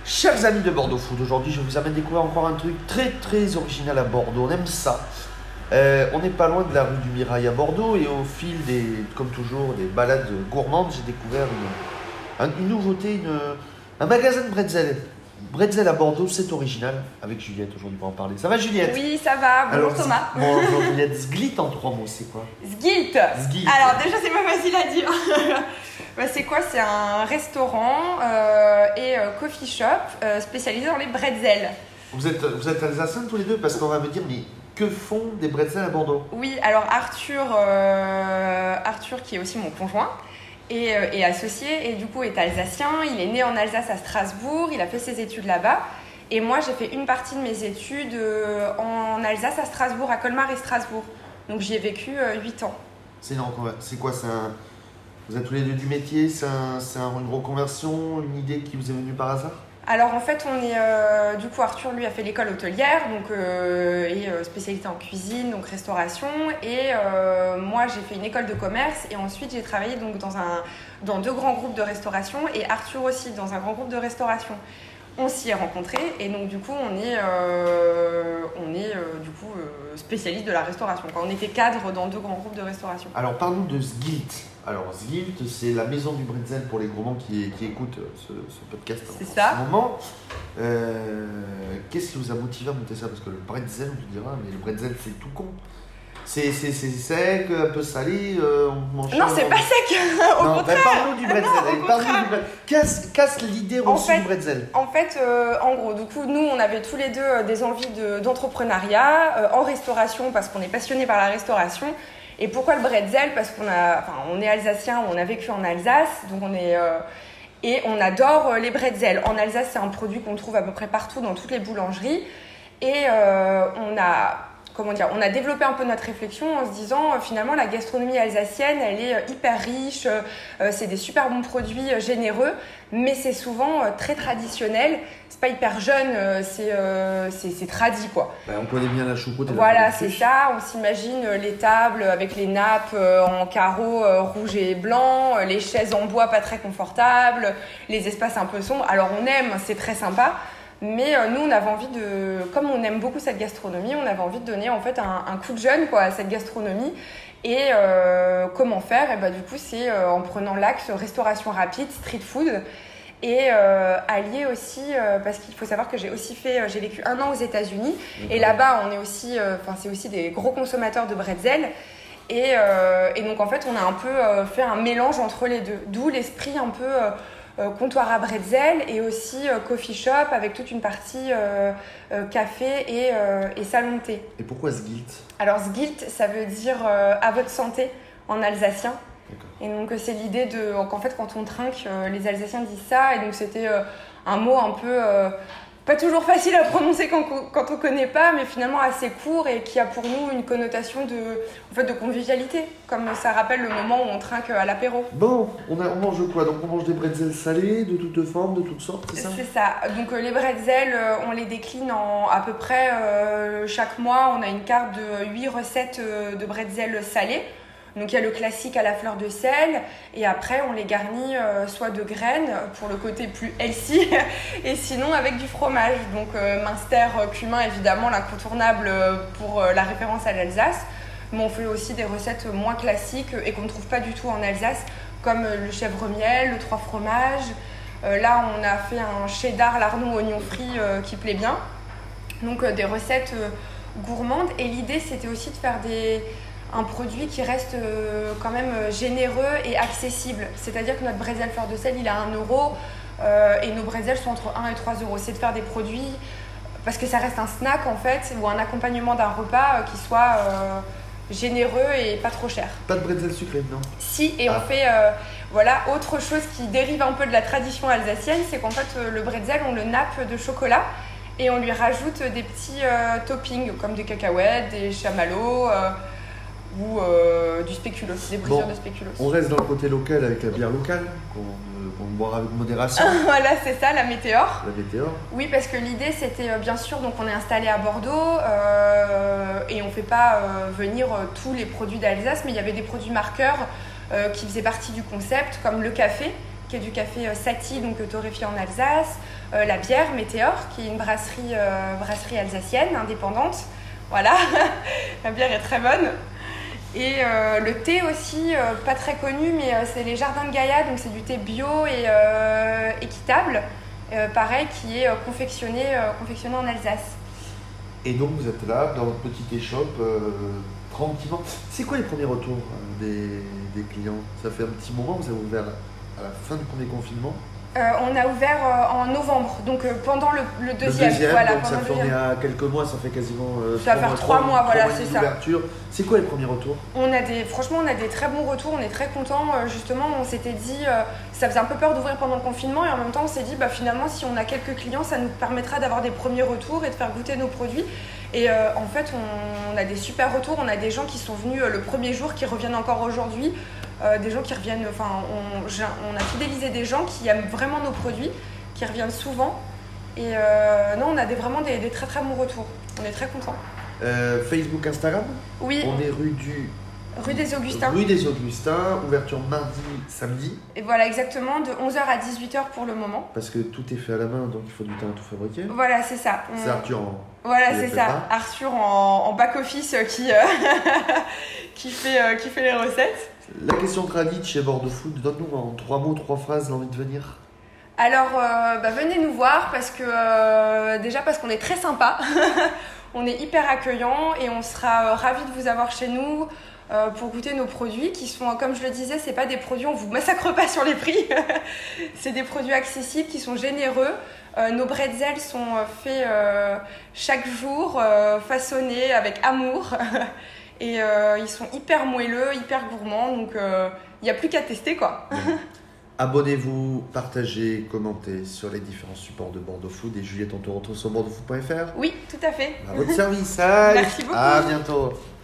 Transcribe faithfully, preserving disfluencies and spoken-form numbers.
Chers amis de Bordeaux Food, aujourd'hui je vous amène découvrir encore un truc très très original à Bordeaux, on aime ça. Euh, on n'est pas loin de la rue du Mirail à Bordeaux et au fil des, comme toujours, des balades gourmandes, j'ai découvert une, une nouveauté, une, un magasin de bretzel. Bretzel à Bordeaux, c'est original, avec Juliette aujourd'hui pour en parler. Ça va Juliette? Oui, ça va, bonjour Alors, Thomas. Bonjour Juliette, Sglit en trois mots, c'est quoi? Sgilt. Sgilt. Alors déjà c'est pas facile à dire. Bah, c'est quoi? C'est un restaurant euh, et euh, coffee shop euh, spécialisé dans les bretzels. Vous êtes, vous êtes alsaciens tous les deux parce qu'on va me dire, mais que font des bretzels à Bordeaux? Oui, alors Arthur, euh, Arthur qui est aussi mon conjoint, et, euh, est associé et du coup est alsacien. Il est né en Alsace à Strasbourg, il a fait ses études là-bas. Et moi j'ai fait une partie de mes études euh, en Alsace à Strasbourg, à Colmar et Strasbourg. Donc j'y ai vécu euh, huit ans. C'est une reconver- c'est quoi? C'est un... Vous êtes tous les deux du métier? C'est, un, c'est un, une reconversion, une idée qui vous est venue par hasard? Alors en fait, on est euh, du coup Arthur lui a fait l'école hôtelière, donc euh, et euh, spécialité en cuisine, donc restauration. Et euh, moi j'ai fait une école de commerce et ensuite j'ai travaillé donc dans un dans deux grands groupes de restauration et Arthur aussi dans un grand groupe de restauration. On s'y est rencontrés et donc du coup on est euh, on est euh, du coup euh, spécialiste de la restauration. Quoi. On était cadre dans deux grands groupes de restauration. Alors parlons de Sgilt. Alors Sgilt, c'est la maison du bretzel pour les gourmands qui, qui écoutent ce, ce podcast en, C'est en ça. ce moment. Euh, qu'est-ce qui vous a motivé à monter ça? Parce que le bretzel, on te dira, mais le bretzel c'est tout con. C'est, c'est, c'est sec, un peu salé, euh, on mange. Non, c'est pas sec. Au non, contraire. ben, parle-nous du bretzel. Non, au allez, parle-nous du bretzel. Casse, casse l'idée En reçue fait- du bretzel. En fait, euh, en gros, du coup, nous, on avait tous les deux euh, des envies de, d'entrepreneuriat euh, en restauration parce qu'on est passionné par la restauration. Et pourquoi le bretzel? Parce qu'on a, enfin, on est alsacien, on a vécu en Alsace, donc on est euh, et on adore euh, les bretzels. En Alsace, c'est un produit qu'on trouve à peu près partout dans toutes les boulangeries. Et euh, on a Comment dire, on a développé un peu notre réflexion en se disant euh, finalement la gastronomie alsacienne elle est euh, hyper riche, euh, c'est des super bons produits euh, généreux, mais c'est souvent euh, très traditionnel, c'est pas hyper jeune, euh, c'est, euh, c'est, c'est tradi quoi. Ben, on connaît bien la choucroute et la Voilà, frite c'est fiche. ça, on s'imagine euh, les tables avec les nappes euh, en carreaux euh, rouge et blanc, euh, les chaises en bois pas très confortables, les espaces un peu sombres. Alors on aime, c'est très sympa. Mais euh, nous, on avait envie de, comme on aime beaucoup cette gastronomie, on avait envie de donner en fait un, un coup de jeune quoi, à cette gastronomie. Et euh, comment faire? Et bah, du coup, c'est euh, en prenant l'axe restauration rapide, street food. Et euh, allié aussi, euh, parce qu'il faut savoir que j'ai aussi fait, euh, j'ai vécu un an aux États-Unis. D'accord. Et là-bas, on est aussi, enfin, euh, c'est aussi des gros consommateurs de bretzel. Et, euh, et donc, en fait, on a un peu euh, fait un mélange entre les deux. D'où l'esprit un peu. Euh, Euh, comptoir à bretzel et aussi euh, coffee shop avec toute une partie euh, euh, café et, euh, et salon de thé. Et pourquoi Sgilt? Alors Sgilt, ça veut dire euh, à votre santé en alsacien. D'accord. Et donc euh, c'est l'idée de qu'en fait quand on trinque, euh, les Alsaciens disent ça et donc c'était euh, un mot un peu euh, pas toujours facile à prononcer quand, quand on connaît pas, mais finalement assez court et qui a pour nous une connotation de, en fait, de convivialité, comme ça rappelle le moment où on trinque à l'apéro. Bon, on, a, on mange quoi? Donc on mange des bretzels salés, de toutes formes, de toutes sortes, c'est ça? C'est ça. Donc euh, les bretzels, euh, on les décline en à peu près euh, chaque mois. On a une carte de huit recettes euh, de bretzels salés. Donc il y a le classique à la fleur de sel et après on les garnit euh, soit de graines pour le côté plus healthy et sinon avec du fromage. Donc euh, Münster, euh, cumin évidemment l'incontournable euh, pour euh, la référence à l'Alsace. Mais on fait aussi des recettes moins classiques et qu'on ne trouve pas du tout en Alsace comme euh, le chèvre miel, le trois fromages. Euh, là on a fait un cheddar lardon oignon frit euh, qui plaît bien. Donc euh, des recettes euh, gourmandes et l'idée c'était aussi de faire des un produit qui reste euh, quand même euh, généreux et accessible. C'est-à-dire que notre bretzel fleur de sel, il est à un euro euh, et nos bretzels sont entre un et trois euros. C'est de faire des produits, parce que ça reste un snack en fait, ou un accompagnement d'un repas euh, qui soit euh, généreux et pas trop cher. Pas de bretzel sucré, non? Si, et Ah. on fait euh, voilà, autre chose qui dérive un peu de la tradition alsacienne, c'est qu'en fait euh, le bretzel, on le nappe de chocolat et on lui rajoute des petits euh, toppings comme des cacahuètes, des chamallows, euh, ou euh, du spéculoos, des brisures Bon, de spéculoos. On reste dans le côté local avec la bière locale, qu'on, euh, qu'on boira avec modération, Voilà, c'est ça, la météore. la météore. Oui, parce que l'idée, c'était euh, bien sûr, donc on est installé à Bordeaux euh, et on ne fait pas euh, venir euh, tous les produits d'Alsace, mais il y avait des produits marqueurs euh, qui faisaient partie du concept, comme le café, qui est du café euh, Sati, donc euh, torréfié en Alsace, euh, la bière Météor, qui est une brasserie, euh, brasserie alsacienne, indépendante. Voilà, la bière est très bonne. Et euh, le thé aussi, euh, pas très connu, mais euh, c'est les Jardins de Gaïa, donc c'est du thé bio et euh, équitable, euh, pareil, qui est euh, confectionné, euh, confectionné en Alsace. Et donc vous êtes là, dans votre petite échoppe, euh, tranquillement. C'est quoi les premiers retours euh, des, des clients? Ça fait un petit moment, vous avez ouvert à la fin du premier confinement. Euh, on a ouvert euh, en novembre, donc euh, pendant le, le deuxième. Le deuxième, voilà, donc pendant ça le fait, on deuxième. est à quelques mois, ça fait quasiment euh, Ça va faire trois mois, voilà, c'est ça. d'ouverture. C'est quoi les premiers retours? On a des, franchement, on a des très bons retours, on est très contents. Euh, justement, on s'était dit, euh, ça faisait un peu peur d'ouvrir pendant le confinement et en même temps, on s'est dit, bah, finalement, si on a quelques clients, ça nous permettra d'avoir des premiers retours et de faire goûter nos produits. Et euh, en fait, on, on a des super retours. On a des gens qui sont venus euh, le premier jour, qui reviennent encore aujourd'hui. Euh, des gens qui reviennent, enfin, on, on a fidélisé des gens qui aiment vraiment nos produits, qui reviennent souvent. Et euh, non, on a des, vraiment des, des très très bons retours. On est très contents. Euh, Facebook, Instagram. Oui. On est rue du... Rue des Augustins. Rue des Augustins, ouverture mardi, samedi. Et voilà, exactement, de onze heures à dix-huit heures pour le moment. Parce que tout est fait à la main, donc il faut du temps à tout fabriquer. Voilà, c'est ça. On... C'est Arthur en... Voilà, c'est ça. Arthur en, en back-office qui, euh, qui, fait, euh, qui fait les recettes. La question tradie chez Bordeaux Food, donne-nous en trois mots, trois phrases l'envie de venir. Alors, euh, bah, venez nous voir parce que euh, déjà parce qu'on est très sympa, on est hyper accueillant et on sera euh, ravis de vous avoir chez nous euh, pour goûter nos produits qui sont, comme je le disais, c'est pas des produits, on vous massacre pas sur les prix, c'est des produits accessibles qui sont généreux. Euh, nos bretzels sont euh, faits euh, chaque jour, euh, façonnés avec amour. Et euh, ils sont hyper moelleux, hyper gourmands, donc il euh, n'y a plus qu'à tester quoi. Abonnez-vous, partagez, commentez sur les différents supports de Bordeaux Food. Et Juliette, on te retrouve sur bordeaux food point f r. Oui, tout à fait. À votre service. Allez, merci beaucoup. À bientôt.